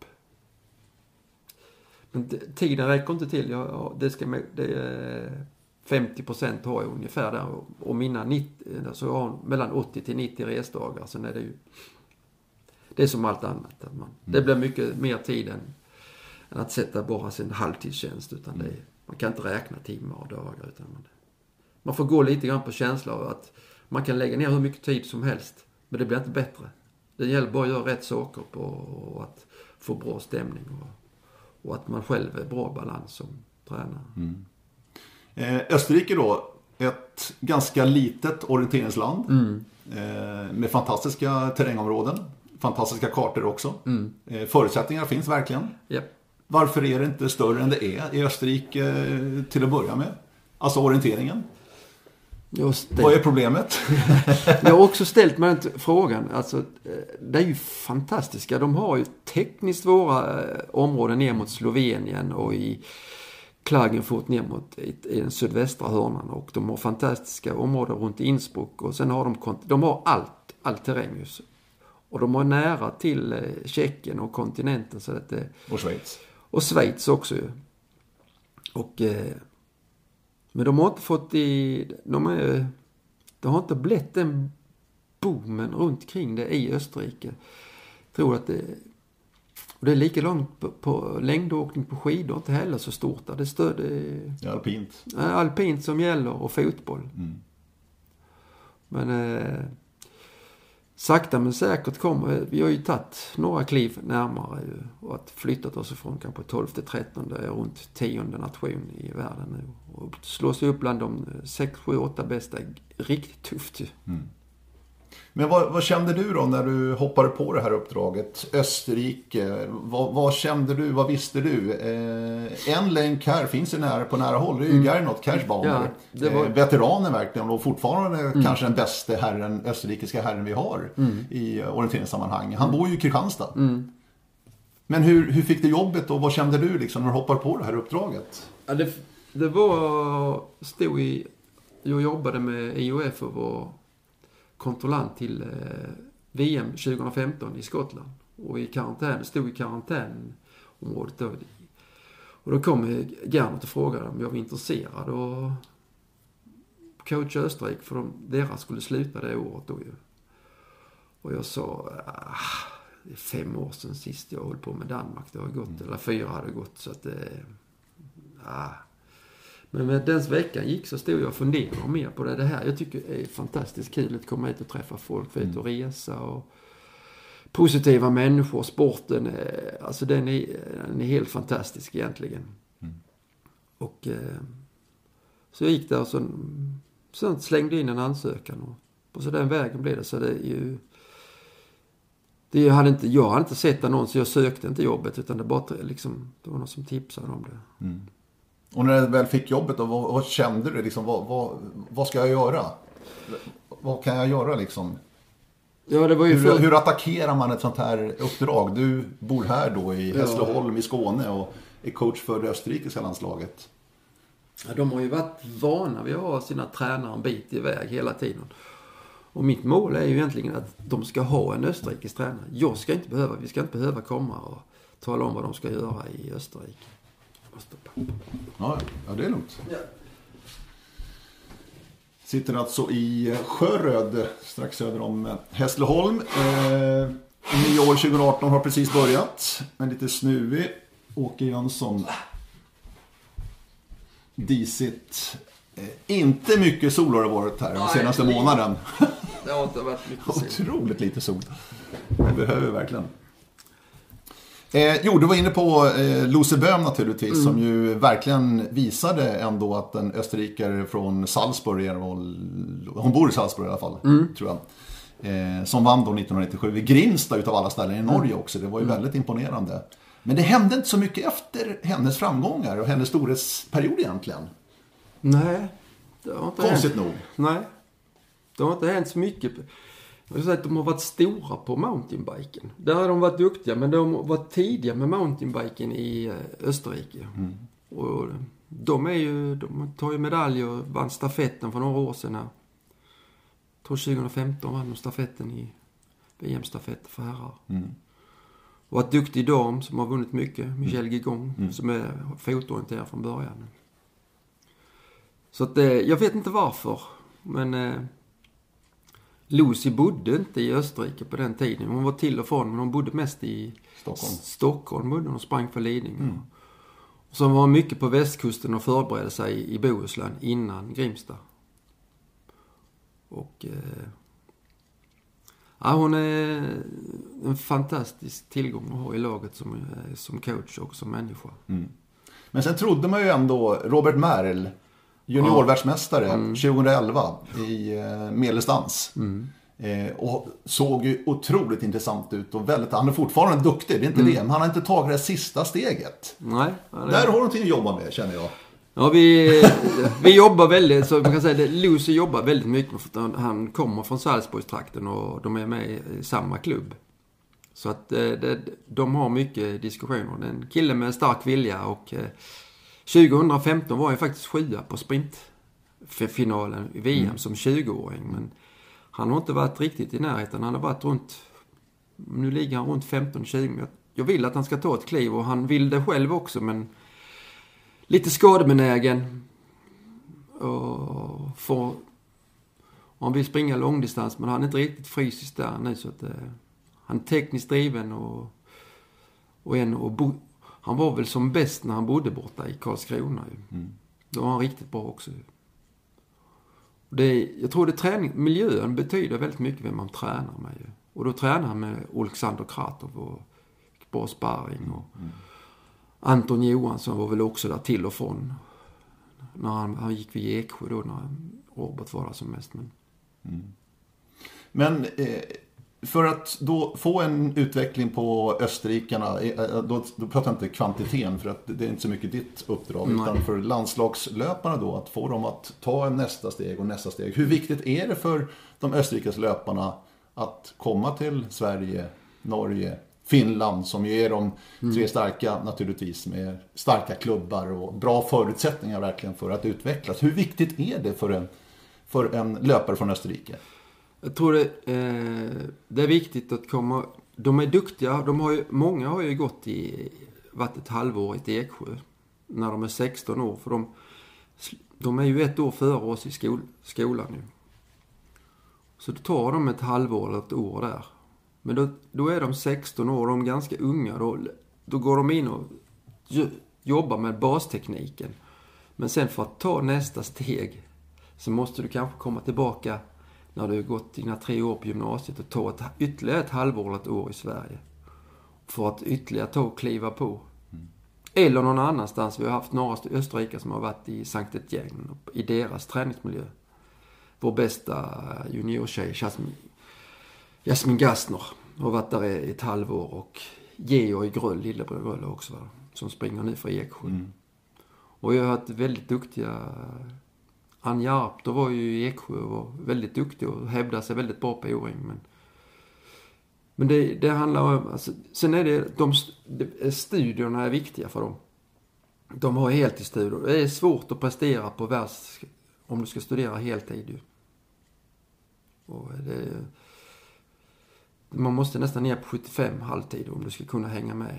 Men det, tiden räcker inte till. Jag, det ska, det är femtio procent har jag ungefär där. Och, och mina nittio, så jag har mellan åttio till nittio resdagar. Sen är det ju det är som allt annat. Att man, det blir mycket mer tid än att sätta bara sin halvtidstjänst, utan det är, man kan inte räkna timmar och dagar, utan man, man får gå lite grann på känsla av att man kan lägga ner hur mycket tid som helst, men det blir inte bättre. Det gäller bara att göra rätt saker på, och att få bra stämning och, och att man själv är bra balans som tränare. Mm. Eh, Österrike då, ett ganska litet orienteringsland mm. eh, med fantastiska terrängområden, fantastiska kartor också. Mm. Eh, förutsättningar finns verkligen. Yep. Varför är det inte större än det är i Österrike till att börja med? Alltså orienteringen. Vad är problemet? Jag har också ställt mig den frågan. Alltså, det är ju fantastiska. De har ju tekniskt svåra områden ner mot Slovenien och i Klagenfurt ner mot i, i den sydvästra hörnan. Och de har fantastiska områden runt Innsbruck. Och sen har de, de har allt, allt terräng just. Och de har nära till Tjeckien och kontinenten. Så att det, och Schweiz. Och Schweiz också ju. Och, eh, men de har inte fått i... De, är, de har inte blivit den boomen runt kring det i Österrike. Jag tror att det... Och det är lika långt på, på längdåkning på skidor, inte heller så stort. Det är stöd... Det är alpint. Alpint som gäller och fotboll. Mm. Men... Eh, sakta men säkert kommer, vi har ju tagit några kliv närmare ju, och att flyttat oss ifrån kanske tolfte trettonde runt tionde nation i världen nu. Och slå sig upp bland de sex, sju, åtta bästa, riktigt tufft ju. Mm. Men vad, vad kände du då när du hoppade på det här uppdraget? Österrike, vad, vad kände du, vad visste du? Eh, en länk här finns ju nära, på nära håll, det är ju mm. Gernot Kerschbaumer. Ja, var... eh, veteranen verkligen, och fortfarande mm. kanske den bästa herren, österrikiska herren vi har mm. i orienteringssammanhang. Han bor ju i Kristianstad. Mm. Men hur, hur fick du jobbet och vad kände du liksom när du hoppade på det här uppdraget? Ja, det, det var, stod i, jag jobbade med I O F och var kontrollant till eh, V M tjugohundrafemton i Skottland. Och i karantän, stod i karantänområdet då. Och då kom Gernot och frågade om jag var intresserad och coacha Österrike, för de, deras skulle sluta det året då ju. Och jag sa, ah, det är fem år sedan sist jag höll på med Danmark. Det har gått, mm. eller fyra hade gått, så att det, ah. Men med den veckan gick så stod jag och funderade mer på det, det här. Jag tycker det är fantastiskt kul att komma hit och träffa folk, vet, mm. och resa och positiva människor. Sporten, är, alltså den är, den är helt fantastisk egentligen. Mm. Och eh, så jag gick där och så, så slängde in en ansökan och på så den vägen blev det. Så det är ju, det jag hade inte, jag hade inte sett någon, så jag sökte inte jobbet, utan det bara liksom, det var någon som tipsade om det. Mm. Och när du väl fick jobbet, då, vad, vad kände du? Liksom, vad, vad, vad ska jag göra? Vad kan jag göra liksom? Ja, det var ju hur, för... hur attackerar man ett sånt här uppdrag? Du bor här då i Hässleholm ja. i Skåne och är coach för det österrikiska landslaget. Ja, de har ju varit vana vid att ha sina tränare en bit iväg hela tiden. Och mitt mål är ju egentligen att de ska ha en österrikisk tränare. Jag ska inte behöva, vi ska inte behöva komma och tala om vad de ska göra i Österrike. Ja, ja, det är lugnt. Ja. Sitter alltså i Sjöröd, strax söder om Hässleholm. Eh, nyår tjugo arton har precis börjat, men lite snuvig. Åke Jönsson. Disigt. Eh, inte mycket sol har det varit här den senaste Nej, månaden. Det har inte varit mycket sol. Otroligt lite sol. Det behöver vi verkligen. Eh, jo, du var inne på eh, Lose Böhm naturligtvis, mm. som ju verkligen visade ändå att en österrikare från Salzburg, hon bor i Salzburg i alla fall, mm. tror jag, eh, som vann då nittonhundranittiosju i Grimsta utav alla ställen i Norge mm. också. Det var ju mm. väldigt imponerande. Men det hände inte så mycket efter hennes framgångar och hennes storhetsperiod egentligen. Nej, det har inte Konstigt hänt. nog. Nej, det har inte hänt så mycket. Jag vill säga att de har varit stora på mountainbiken. Där har de varit duktiga, men de har varit tidiga med mountainbiken i Österrike. Mm. Och de är ju, de tar ju medaljer och vann stafetten för några år sedan. Jag tror tjugohundrafemton vann de stafetten i V M-stafetten för herrar. Mm. Och ett duktig dam som har vunnit mycket, Michelle Guigong, mm. som är fotorienterad från början. Så att det, jag vet inte varför, men eh, Lucy bodde inte i Österrike på den tiden. Hon var till och från, men hon bodde mest i Stockholm. Stockholm bodde hon och sprang för Lidingö. Mm. Och så var mycket på västkusten och förberedde sig i Bohuslän innan Grimsta. Och eh, ja, hon är en fantastisk tillgång att ha i laget som, som coach och som människa. Mm. Men sen trodde man ju ändå Robert Merl, juniorvärldsmästare mm. tjugohundraelva i eh, medeldistans. Mm. Eh, och såg ju otroligt intressant ut och väldigt, han är fortfarande duktig, det är inte mm. det, men han har inte tagit det sista steget. Nej. Det... Där har du någonting att jobba med, känner jag. Ja, vi, vi jobbar väldigt, så man kan säga att Lucy jobbar väldigt mycket för att han kommer från Salzburgstrakten och de är med i samma klubb. Så att det, de har mycket diskussioner. Det är en kille med stark vilja och tjugohundrafemton var jag faktiskt sjua på sprintfinalen i V M mm. som tjugoåring. Men han har inte varit riktigt i närheten. Han har varit runt, nu ligger han runt femton tjugo. Jag vill att han ska ta ett kliv och han vill det själv också, men lite skadebenägen. Och får, han vill springa långdistans, men han är inte riktigt fysiskt där nu, så att eh, han är tekniskt driven och, och, en, och bo, han var väl som bäst när han bodde borta i Karlskrona. Mm. Då var han riktigt bra också. Och det är, jag tror det träning, miljön betyder väldigt mycket vem man tränar med. Ju. Och då tränar han med Alexander Kratov och bra sparring. Och mm. Anton Johansson var väl också där till och från. När han, han gick vid Eksjö då när Robert var där som mest. Men, mm. men eh, för att då få en utveckling på österrikarna, eh, då, då pratar jag inte kvantiteten för att det är inte så mycket ditt uppdrag. Nej. Utan för landslagslöparna då, att få dem att ta en nästa steg och nästa steg. Hur viktigt är det för de österrikiska löparna att komma till Sverige, Norge, Finland som ju är de tre starka naturligtvis med starka klubbar och bra förutsättningar verkligen för att utvecklas. Hur viktigt är det för en, för en löpare från Österrike? Jag tror det, eh, det är viktigt att komma... De är duktiga. De har ju, många har ju gått i varit ett halvår i Eksjö när de är sexton år. För de, de är ju ett år före oss i skol, skolan nu. Så då tar de ett halvår eller ett år där. Men då, då är de sexton år, de är ganska unga. Då, då går de in och jobbar med bastekniken. Men sen för att ta nästa steg så måste du kanske komma tillbaka när du har gått dina tre år på gymnasiet och ta ett, ytterligare ett halvår eller ett år i Sverige. För att ytterligare ta och kliva på. Mm. Eller någon annanstans. Vi har haft några österrikare som har varit i Sankt Etienne i deras träningsmiljö. Vår bästa juniortjej, Jasmin, Jasmin Gastner, har varit där i ett halvår. Och Georg Gröll, lillebror Gröll också, va? Som springer nu för Eksjö. Mm. Och jag har haft väldigt duktiga... Anja Arp, då var ju i Eksjö och var väldigt duktig och hävdade sig väldigt bra på O-ring. Men, men det, det handlar om... Alltså, sen är det... De, de, studierna är viktiga för dem. De har heltidsstudier. Det är svårt att prestera på världs... Om du ska studera heltid. Och det, man måste nästan ner på sjuttiofem halvtid om du ska kunna hänga med.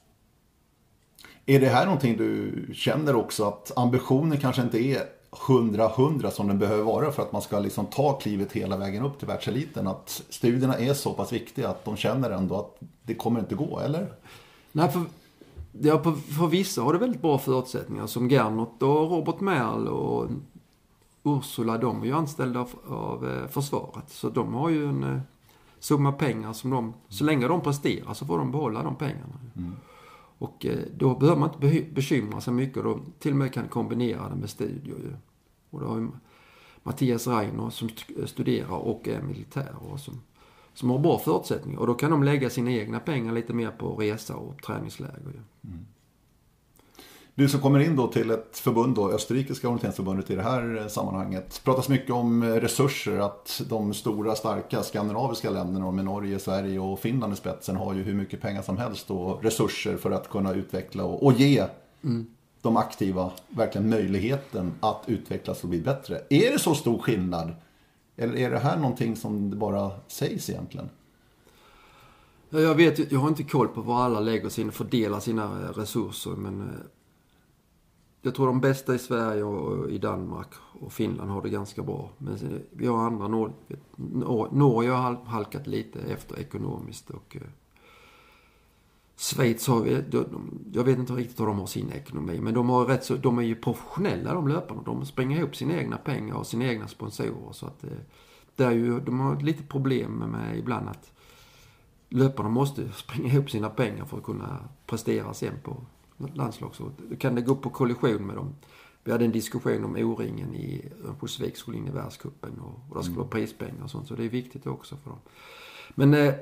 Är det här någonting du känner också att ambitionen kanske inte är hundra hundra som den behöver vara för att man ska liksom ta klivet hela vägen upp till världseliten? Att studierna är så pass viktiga att de känner ändå att det kommer inte gå, eller? Nej, för, ja, för, för vissa har det väldigt bra förutsättningar. Som Gernot och Robert Merl och Ursula, de är ju anställda av, av försvaret. Så de har ju en summa pengar som de, så länge de presterar så får de behålla de pengarna. Mm. Och då behöver man inte bekymra sig mycket och då till och med kan kombinera det med studier. Och då har ju Mattias Reiner som studerar och är militär och som, som har bra förutsättningar. Och då kan de lägga sina egna pengar lite mer på resa och träningsläger. Mm. Du som kommer in då till ett förbund då, Österrikiska orienteringsförbundet i det här sammanhanget. Pratas mycket om resurser, att de stora starka skandinaviska länderna med Norge, Sverige och Finland i spetsen har ju hur mycket pengar som helst och resurser för att kunna utveckla och, och ge mm. de aktiva verkligen möjligheten att utvecklas och bli bättre. Är det så stor skillnad? Eller är det här någonting som det bara sägs egentligen? Ja, jag vet, jag har inte koll på var alla lägger sina, fördelar sina resurser, men jag tror de bästa i Sverige och i Danmark och Finland har det ganska bra. Men vi har andra, Nor- Nor- Norge har halkat lite efter ekonomiskt. Och eh, Schweiz har vi, de, jag vet inte riktigt hur de har sin ekonomi. Men de, har rätt så, de är ju professionella, de löparna. De springer ihop sina egna pengar och sina egna sponsorer. Så att, eh, det är ju, de har lite problem med ibland att löparna måste springa ihop sina pengar för att kunna prestera sen på landslagsåret. Då kan det gå på kollision med dem. Vi hade en diskussion om O-ringen i Örnsköldsvik skulle in i världscupen och, och det skulle mm. vara prispengar och sånt, så det är viktigt också för dem. Men eh,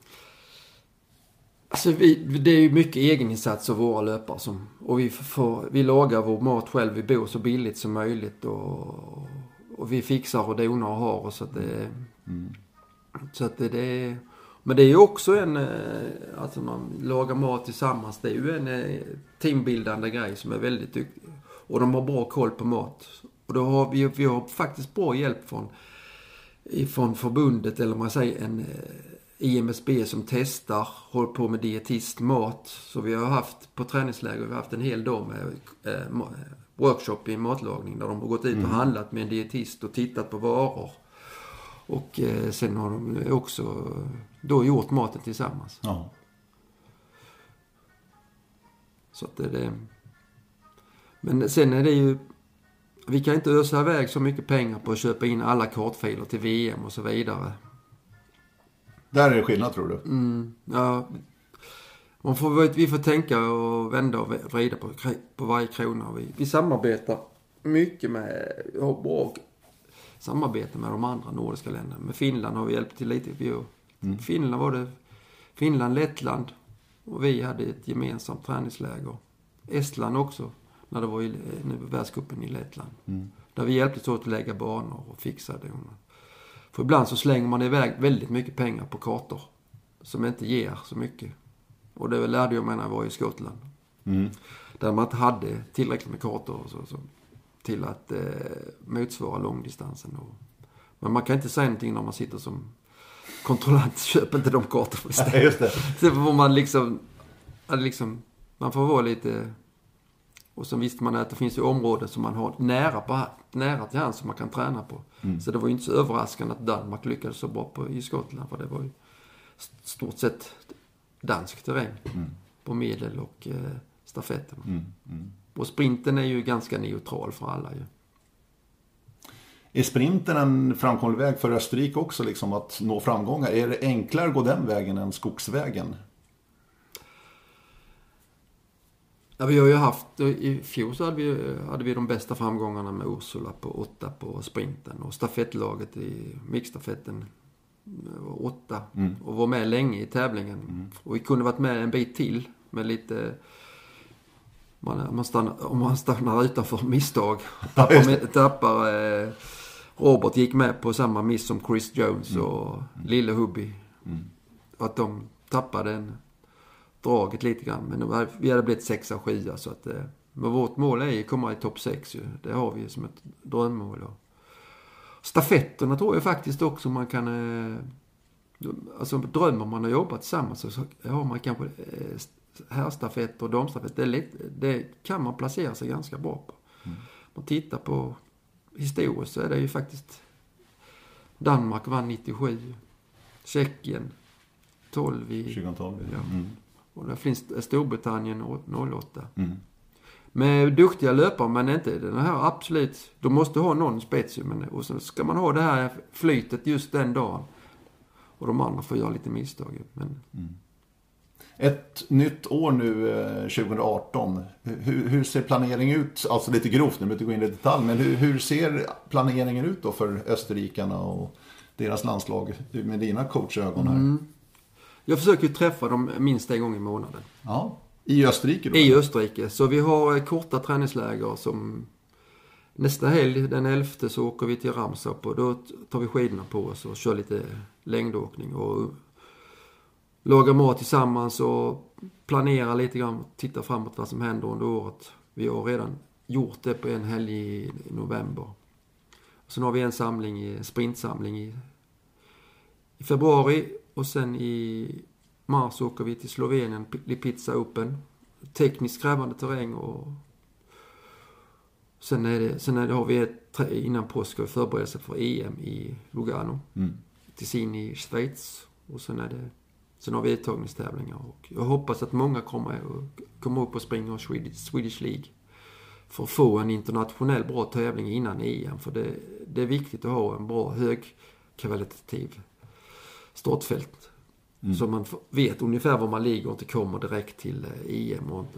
alltså vi, det är ju mycket egeninsats av våra löpare som, och vi, får, vi lagar vår mat själv, vi bor så billigt som möjligt och, och vi fixar och donar och har och så att det, mm. så att det, det är. Men det är ju också en, alltså man lagar mat tillsammans, det är ju en teambildande grej som är väldigt duktig. Och de har bra koll på mat. Och då har vi, vi har faktiskt bra hjälp från, från förbundet, eller man säger en I M S B som testar, håller på med dietistmat. Så vi har haft på träningsläger, vi har haft en hel dag med eh, workshop i matlagning där de har gått ut och mm. handlat med en dietist och tittat på varor. Och eh, sen har de också då gjort maten tillsammans. Ja. Så att det är det. Men sen är det ju vi kan inte ösa iväg så mycket pengar på att köpa in alla kartfiler till V M och så vidare. Där är det skillnad, tror du? Mm, ja. Man får, vi får tänka och vända och vrida på, på varje krona. Vi, vi samarbetar mycket med, har bra samarbete med de andra nordiska länderna. Med Finland har vi hjälpt till lite. Vi, mm. Finland var det, Finland, Lettland och vi hade ett gemensamt träningsläger. Estland också, när det var i, nu världscupen i Lettland. Mm. Där vi hjälptes åt att lägga banor och fixa det. För ibland så slänger man iväg väldigt mycket pengar på kartor som inte ger så mycket. Och det lärde jag mig när jag var i Skottland. Mm. Där man inte hade tillräckligt med kartor och så, så, till att eh, motsvara långdistansen. Och, men man kan inte säga någonting när man sitter som kontrollant. Köper inte de kartor. Ja, just det. Så får man liksom, liksom... Man får vara lite... Och så visste man att det finns ju områden som man har nära, på, nära till hands som man kan träna på. Mm. Så det var ju inte så överraskande att Danmark lyckades så bra på, i Skottland. För det var ju stort sett dansk terräng mm. på medel och eh, stafetten. Mm. Mm. Och sprinten är ju ganska neutral för alla ju. Är sprinten en framkomlig väg för Österrike också, liksom att nå framgångar? Är det enklare att gå den vägen än skogsvägen? Ja, vi har ju haft, i fjol så hade vi, hade vi de bästa framgångarna med Ursula på åtta på sprinten. Och stafettlaget i mixstafetten var åtta. Mm. Och var med länge i tävlingen. Mm. Och vi kunde varit med en bit till med lite... Man, man stannar, om man stannar utanför misstag. Tappar, tappar, eh, Robert gick med på samma miss som Chris Jones mm. och mm. Lille Hubby. Mm. Att de tappade en... draget lite grann, men vi hade blivit sexa och sjua så att, men vårt mål är att komma i topp sex ju. Det har vi som ett drömmål. Stafetterna tror jag faktiskt också man kan, alltså drömmer man har jobbat tillsammans så har man kanske herrstafetter och damstafetter, det, det kan man placera sig ganska bra på. Mm. Man tittar på historiskt så är det ju faktiskt Danmark vann nittiosju, Tjeckien tolv i tjugohundratolv. Ja. Mm. Och där finns Storbritannien noll åtta. Mm. med duktiga löpare, men inte den här absolut. De måste ha någon spets, men och så ska man ha det här flytet just den dagen. Och de andra får göra lite misstag. Men... Mm. Ett nytt år nu, tjugo arton. Hur, hur ser planeringen ut? Alltså lite grovt, nu behöver inte gå in i detalj, men hur, hur ser planeringen ut då för österrikarna och deras landslag med dina coachögon här? Mm. Jag försöker träffa dem minst en gång i månaden. Ja, i Österrike då? I Österrike. Så vi har korta träningsläger som nästa helg, den elfte, så åker vi till Ramsop och då tar vi skidorna på oss och kör lite längdåkning och lagar mat tillsammans och planerar lite grann och tittar framåt vad som händer under året. Vi har redan gjort det på en helg i november. Sen har vi en samling, en sprintsamling i, i februari och sen i mars åker vi till Slovenien, Lipizza Open. Tekniskt krävande terräng och sen, är det, sen är det, har vi ett, innan påsk och förberedelse för E M i Lugano. Mm. Tessin i Schweiz och sen är det sen har vi uttagningstävlingar och jag hoppas att många kommer, kommer upp och springer Swedish, Swedish League för att få en internationell bra tävling innan E M, för det, det är viktigt att ha en bra högkvalitativ startfält. Mm. Så man vet ungefär var man ligger och inte kommer direkt till E M och inte,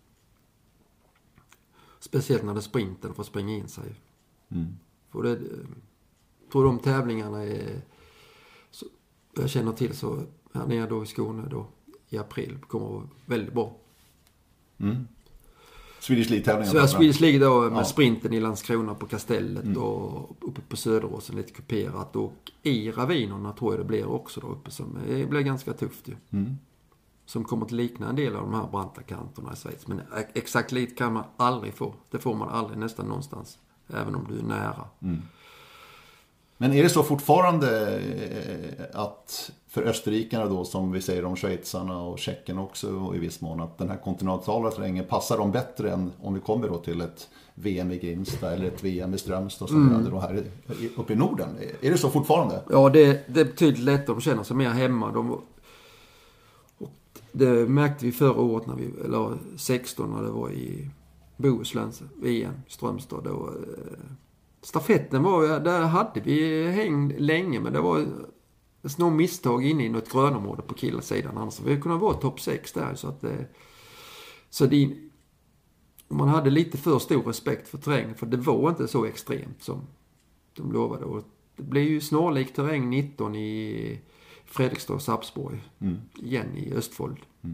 speciellt när det är sprinten får springa in sig. Mm. För det, jag tror de tävlingarna är så, jag känner till så här nere då i Skåne då i april kommer att vara väldigt bra. Mm. Swedish League-tävlingar. Så Swedish League då med ja. Sprinten i Landskrona på Kastellet mm. och uppe på Söderåsen lite kuperat och i ravinerna tror jag det blir också då uppe som det blir ganska tufft ju. Mm. Som kommer att likna en del av de här branta kanterna i Schweiz. Men exakt lite kan man aldrig få. Det får man aldrig nästan någonstans. Även om du är nära. Mm. Men är det så fortfarande att för österrikarna då, som vi säger om schweizarna och tjecken också och i viss mån, att den här kontinentala terrängen passar dem bättre än om vi kommer då till ett V M i Grimsta eller ett V M i Strömstad som mm. vi hade då här uppe i Norden? Är det så fortfarande? Ja, det, det är betydligt lättare. De känner sig mer hemma. De, och det märkte vi förra året, när vi, eller sexton när det var i Bohusläns V M i Strömstad. Då, eh, stafetten var, där hade vi häng länge, men det var ett snart misstag inne i något grönområde på killasidan. Annars vi kunde vara topp sex där. Så att det, så det, man hade lite för stor respekt för terrängen, för det var inte så extremt som de lovade. Och det blev ju snarlik terräng nitton i Fredrikstad och Sarpsborg. Mm. Igen i Östfold. Mm.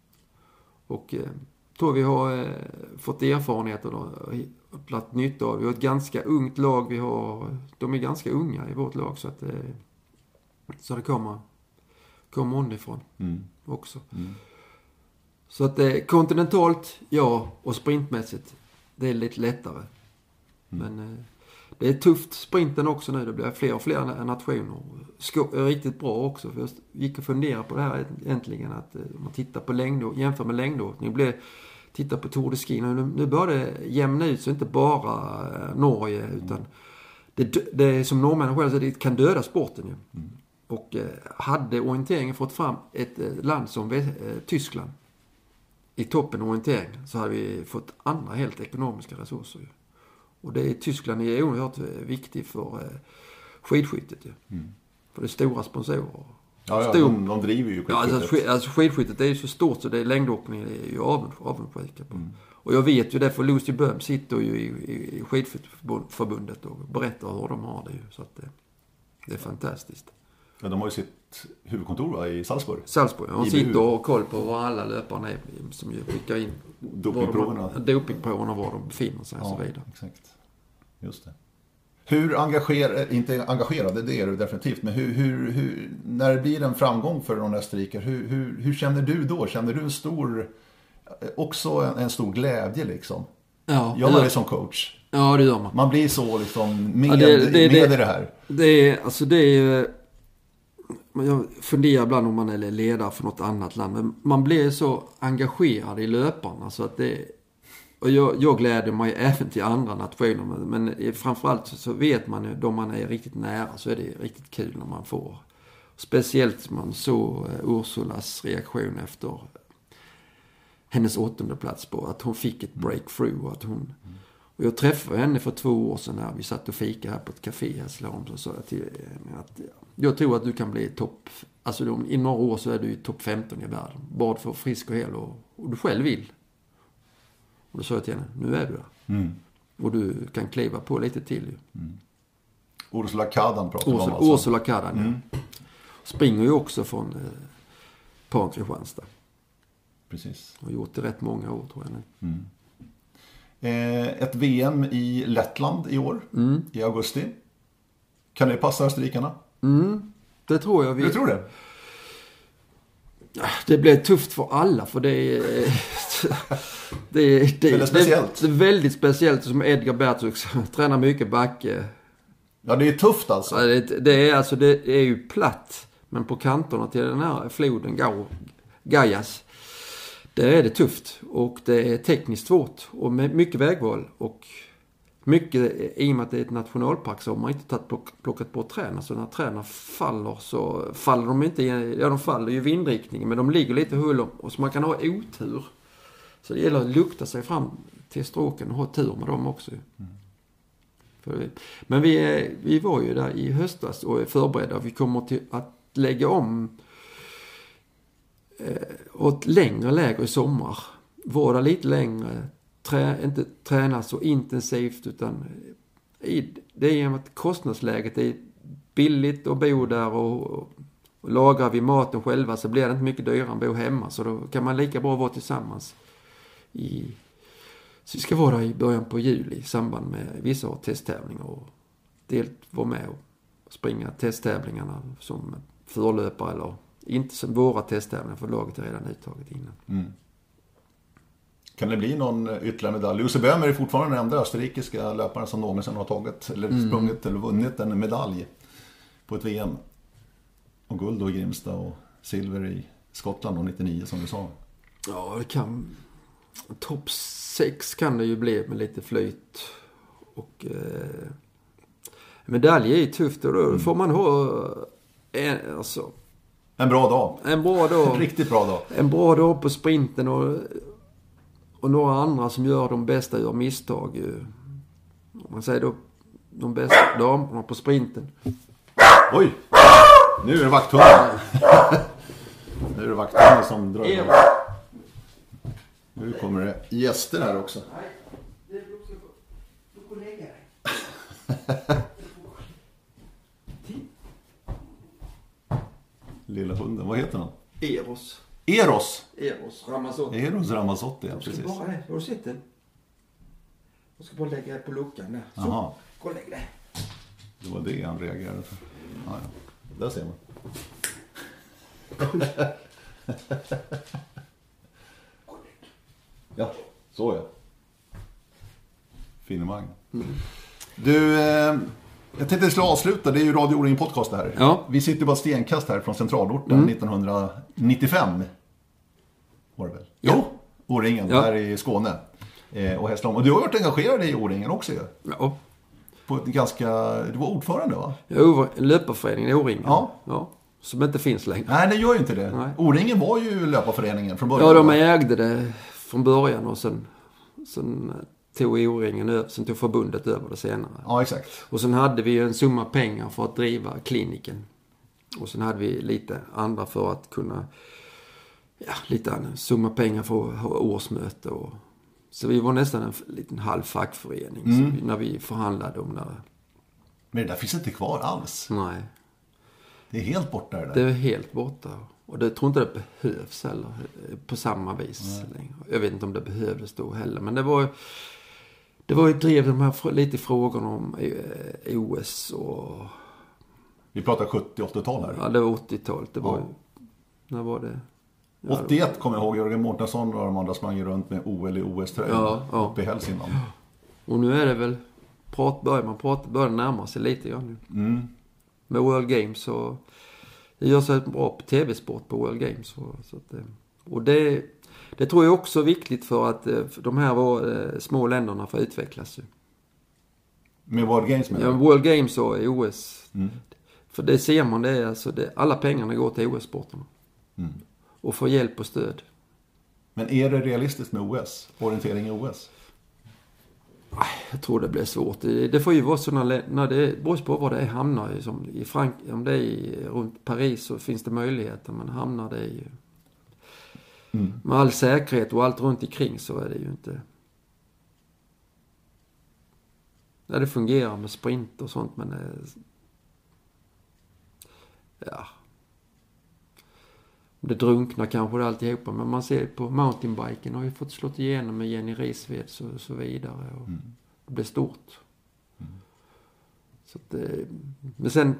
Och eh, tror vi har eh, fått erfarenheter och plats nytta av. Vi har ett ganska ungt lag. Vi har, de är ganska unga i vårt lag, så att eh, så det kommer kommer underifrån mm. också. Mm. Så att eh, kontinentalt, ja, och sprintmässigt, det är lite lättare. Mm. Men eh, det är tufft sprinten också nu. Det blir fler och fler nationer. Skå- är riktigt bra också. För jag gick och fundera på det här äntligen. Att eh, om man tittar på längd, jämför med längdåkning. Blir titta på Tour de Ski. Nu, nu börjar det jämna ut, så inte bara eh, Norge. Utan mm. det, det är som norrmännen själva, så det kan döda sporten ju. Mm. Och eh, hade orienteringen fått fram ett eh, land som eh, Tyskland i toppen orientering, så hade vi fått andra helt ekonomiska resurser ju. Och det är Tyskland är oerhört viktigt för eh, skidskyttet ju. Mm. För det är stora sponsorer. Ja, ja Stor... de, de driver ju skidskyttet. Ja, alltså, alltså skidskyttet är ju så stort, så det är längdåkning är ju avundsjuka på. Mm. Och jag vet ju det, för Lucy Böhm sitter ju i, i, i skidförbundet och berättar hur de har det ju. Så att det, det är fantastiskt. Ja, de har ju sitt huvudkontor va, i Salzburg. Salzburg, ja. De sitter och har koll på var alla löparna är, som ju skickar in dopingproverna, dopingproverna var de befinner sig, ja, och så vidare. Exakt. Just det. Hur engagerad, inte engagerade, det är du definitivt, men hur, hur, hur, när det blir en framgång för någon österrikare, hur, hur, hur känner du då? Känner du en stor, också en, en stor glädje liksom? Ja, gör man det som coach? Ja, det gör man. Man blir så liksom med, ja, det, det, med det, det, det här. Det är, alltså det är, jag funderar ibland om man är ledare för något annat land, men man blir så engagerad i löparna så att det, och jag, jag gläder mig även till andra nationer, men framförallt så vet man ju, då man är riktigt nära, så är det riktigt kul när man får. Speciellt man så Ursulas reaktion efter hennes åttonde plats på att hon fick ett breakthrough, och att hon, och jag träffade henne för två år sedan när vi satt och fika här på ett café här i Slåm, så sa jag till henne att jag tror att du kan bli topp, alltså de, i några år så är du i topp femton i världen, bara för frisk och hel, och, och du själv vill. Och då sa jag till henne, nu är du där. Mm. Och du kan kliva på lite till ju. Mm. Ursula Kadan pratar Ursula, om alltså. Ursula Kadan, mm. ja. Springer ju också från eh, Pan Kristianstad. Precis. Har gjort det rätt många år, tror jag nu. Mm. Eh, ett V M i Lettland i år, mm. i augusti. Kan det passa österrikarna? Mm, det tror jag. Vi... Du tror det? Det blir tufft för alla, för det är det är, det, det är speciellt. Det är väldigt speciellt, som Edgar Bertzuk tränar mycket backe. Ja, det är tufft alltså. Ja, det, det är alltså det är ju platt, men på kanterna till den här floden Gau, Gajas, där är det tufft och det är tekniskt svårt och med mycket vägval och mycket, i och med att det är ett nationalpark, så har man inte tagit plock, plockat på träna. Så när träna faller så faller de inte, ja de faller ju vindriktningen, men de ligger lite hull och så man kan ha otur. Så det gäller att lukta sig fram till stråken och ha tur med dem också. Mm. För, men vi, vi var ju där i höstas och är förberedda. Vi kommer till att lägga om eh, åt längre läger i sommar. Vara lite längre. Trä, inte träna så intensivt, utan i, det är genom att kostnadsläget är billigt att bo där och, och, och lagar vi maten själva, så blir det inte mycket dyrare än att bo hemma, så då kan man lika bra vara tillsammans i, så vi ska vara där i början på juli i samband med vissa testtävlingar och delt vara med och springa testtävlingarna som förlöpare, eller inte som våra testtävlingar, för laget är redan uttaget innan. Mm. Kan det bli någon ytterligare medalj? Lucy Böhm är fortfarande den enda österrikiska löparen som någonsin har tagit eller mm. sprungit eller vunnit en medalj på ett V M. Och guld då i Grimsta och silver i Skottland och nittionio, som du sa. Ja, det kan... Topp sex kan det ju bli med lite flyt. Och eh, medalj är ju tufft, och då mm. får man ha en, alltså, en bra dag. En bra dag. En riktigt bra dag. En bra dag på sprinten, och och några andra som gör de bästa gör misstag. Ju. Man säger då de bästa damerna på sprinten. Oj! Nu är det vakthunden. Nu är det vakthunden som drar igång. Nu kommer det gäster här också. Nej, det är du får lägga dig. Lilla hunden, vad heter han? Eros. Eros? Eros Ramazzotti. Eros Ramazzotti, ja, precis. Bara det, har du sett den? Jag ska bara lägga det på luckan där. Så, Aha. gå och lägg det. Det var det han reagerade för. Ja, ja. Där ser man. Ja, så ja. Finemang. Mm. Du, eh, jag tänkte att jag skulle avsluta. Det är ju Radio O-ringen podcast det här. Ja. Vi sitter bara stenkast här från centralorten mm. nittonhundranittiofem. Var det väl? Ja. Jo, O-ringen ja. Här i Skåne. Eh, och Hässleholm. Och du har varit engagerad i O-ringen också ju. Ja. På ett ganska... Du var ordförande, va? Jo, löparföreningen O-ringen. Ja. Ja. Som inte finns längre. Nej, det gör ju inte det. Nej. O-ringen var ju löparföreningen från början. Ja, de ägde det från början och sen, sen tog O-ringen över, sen tog förbundet över det senare. Ja, exakt. Och sen hade vi en summa pengar för att driva kliniken. Och sen hade vi lite andra för att kunna, ja, lite en summa pengar för att ha årsmöte. Och, så vi var nästan en liten halv fackförening mm. vi, när vi förhandlade om det. Men det där finns inte kvar alls. Nej. Det är helt borta det där. Det är helt borta. Och det tror inte det behövs heller på samma vis längre. Jag vet inte om det behövdes då heller. Men det var det var ju drev de här lite frågorna om O S och... Vi pratar sjuttio-åttiotal här. Ja, det var åttiotalet. Det var ja. ju... När var det? Ja, åttioett kommer jag ihåg. Jörgen Mårtensson och de andra sprang runt med O L i O S-tröjor ja, ja. uppe i Hälsingland. Och nu är det väl... Prat, börjar man prata, börjar närma sig lite grann nu. Mm. Med World Games och... Det gör sig bra på tv-sport på World Games. Och, så att, och det, det tror jag också är viktigt för att för de här var, små länderna får utvecklas. Med World Games med? Ja, World Games och O S. Mm. För det ser man, det är alltså det, alla pengarna går till O S-sporterna. Mm. Och får hjälp och stöd. Men är det realistiskt med O S? Orientering i O S? Jag tror det blir svårt. Det, det får ju vara sådana... När det beror på vad det är hamnar i. Som i Frank, om det är i, runt Paris så finns det möjligheter. Men hamnar det i... Mm. Med all säkerhet och allt runt omkring så är det ju inte... Ja, det fungerar med sprint och sånt, men... Ja... Det drunknar kanske det alltihopa. Men man ser på mountainbiken har ju fått slått igenom med Jenny Risved och så, så vidare. Och mm. Det blir stort. Mm. Så att, men sen...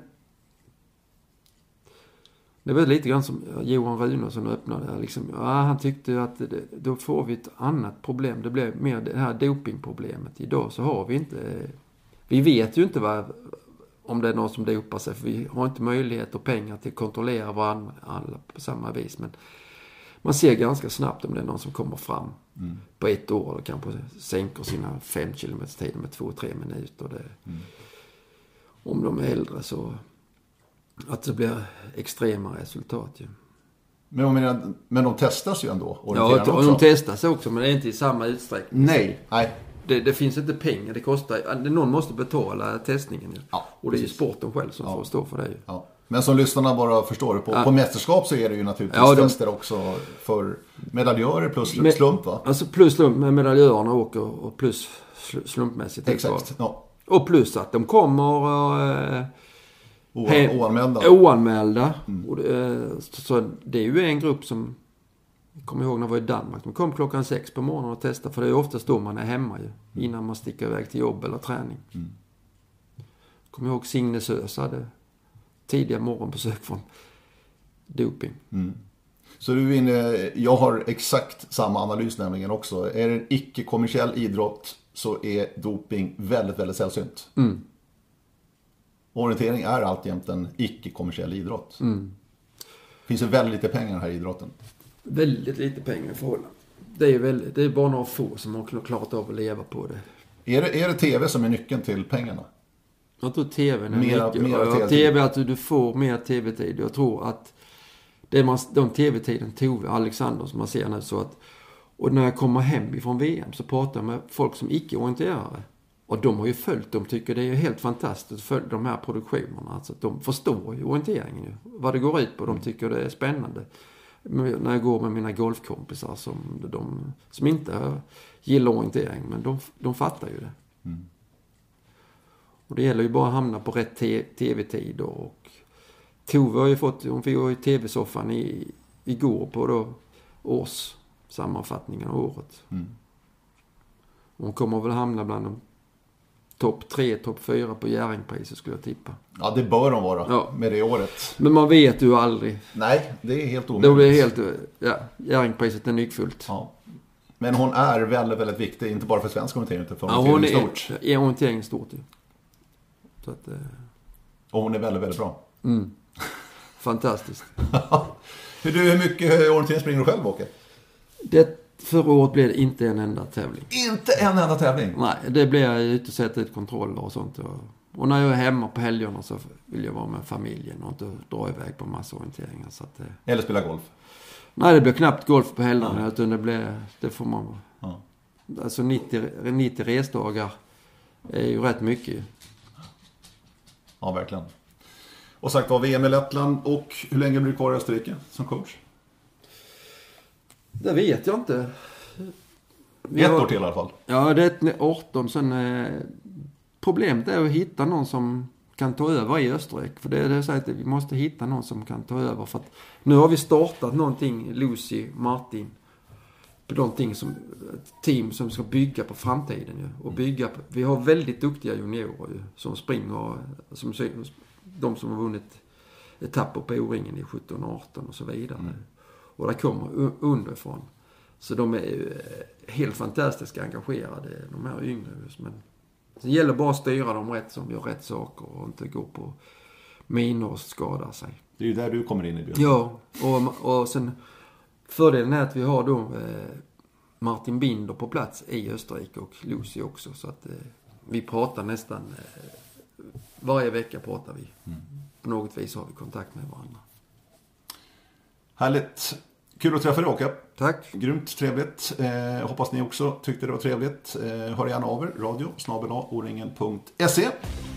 Det var lite grann som Johan Runesson öppnade. Liksom, ja, han tyckte att det, då får vi ett annat problem. Det blev mer det här dopingproblemet. Idag så har vi inte... Vi vet ju inte vad... Om det är någon som dopar sig. För vi har inte möjlighet och pengar till att kontrollera varandra alla på samma vis. Men man ser ganska snabbt om det är någon som kommer fram mm. på ett år. Och kanske sänker sina fem kilometers tid med två, tre minuter. Det, mm. Om de är äldre så att det blir extrema resultat. Ja. Men, jag menar, men de testas ju ändå. Ja, och de testas också. Men det är inte i samma utsträckning. Nej, nej. Det, det finns inte pengar, det kostar... Någon måste betala testningen. Ja, och det är ju sporten själv som ja. får stå för det. Ja. Men som lyssnarna bara förstår det, på, ja. på mästerskap så är det ju naturligtvis ja, de, tester också för medaljörer plus med, slump, va? Alltså plus slump med medaljörerna åker och plus slumpmässigt. Exakt, ja. Och plus att de kommer... Eh, o- he- oanmälda. Oanmälda. Mm. Och, eh, så det är ju en grupp som... Jag kommer ihåg när jag var i Danmark. De kom klockan sex på morgonen och testade. För det är oftast då man är hemma ju. Innan man sticker iväg till jobb eller träning. Mm. Jag kommer ihåg Signe Sös hade tidiga morgonbesök från doping. Mm. Så du är inne, jag har exakt samma analys nämligen också. Är det en icke-kommersiell idrott så är doping väldigt, väldigt sällsynt. Mm. Orientering är alltjämt en icke-kommersiell idrott. Mm. Finns det väldigt lite pengar här i idrotten? Väldigt lite pengar i förhållande. Det är, väldigt, det är bara några få som har klarat av att leva på det. Är det, är det tv som är nyckeln till pengarna? Jag tror tvn är mera, mycket. Mera ja, tv, att du får mer tv-tid. Jag tror att det man, de tv-tiden tog Alexander som man ser nu så att Och när jag kommer hem ifrån V M så pratar jag med folk som icke-orienterare. Och de har ju följt, de tycker det är helt fantastiskt att följa de här produktionerna. Alltså att de förstår ju orienteringen ju. Vad det går ut på, de tycker det är spännande. När jag går med mina golfkompisar som, de, som inte gillar orientering, men de, de fattar ju det. Mm. Och det gäller ju bara att hamna på rätt te- tv-tid. Och Tove har ju fått, hon fick ju i tv-soffan i, igår på då års sammanfattningen av året. Mm. Hon kommer väl hamna bland de topp tre, topp fyra på Jerringpriset skulle jag tippa. Ja, det bör de vara ja. Med det året. Men man vet ju aldrig. Nej, det är helt omöjligt. Det blir helt, ja, Jerringpriset är nyckfullt. Ja. Men hon är väldigt, väldigt viktig, inte bara för svensk orientering utan för ja, hon är stort. Ja, orientering är stort. Ja. Så att, eh... Och hon är väldigt, väldigt bra. Mm. Fantastiskt. hur, du, hur mycket orientering springer du själv, Åke? Det, förra året blev det inte en enda tävling. Inte en enda tävling? Nej, det blir jag ute och sätta ut kontroller och sånt. Och, och när jag är hemma på helgerna så vill jag vara med familjen och inte dra iväg på massa orienteringar. Så att, eh... Eller spela golf? Nej, det blir knappt golf på helgerna. Ja. Utan det, blir, det får man... Ja. Alltså nittio, nittio resdagar är ju rätt mycket. Ja, verkligen. Och sagt var V M i Lettland. Och hur länge blir du kvar i Österrike som coach? Det vet jag inte. Vi Ett har... år till i alla fall. Ja, det är arton. Sen, eh, problemet är att hitta någon som kan ta över i Österrike. För det är det så att vi måste hitta någon som kan ta över. För att nu har vi startat någonting, Lucy, Martin. På någonting som, ett team som ska bygga på framtiden. Ju, och bygga på, vi har väldigt duktiga juniorer ju, som springer, som, de som har vunnit etapper på O-ringen i sjutton arton och så vidare. Mm. Och det kommer underifrån. Så de är helt fantastiskt engagerade, de här yngre. Men det gäller bara att styra dem rätt, som gör rätt saker och inte gå på minor och skada sig. Det är ju där du kommer in i bilden. Ja, och, och sen fördelen är att vi har då eh, Martin Binder på plats i Österrike och Lucy också. Så att eh, vi pratar nästan eh, varje vecka pratar vi. Mm. På något vis har vi kontakt med varandra. Härligt. Kul att träffa dig, Åke. Tack. Grymt trevligt. Eh, hoppas ni också tyckte det var trevligt. Eh, hör gärna av er. Radio snabel-a o ringen punkt se.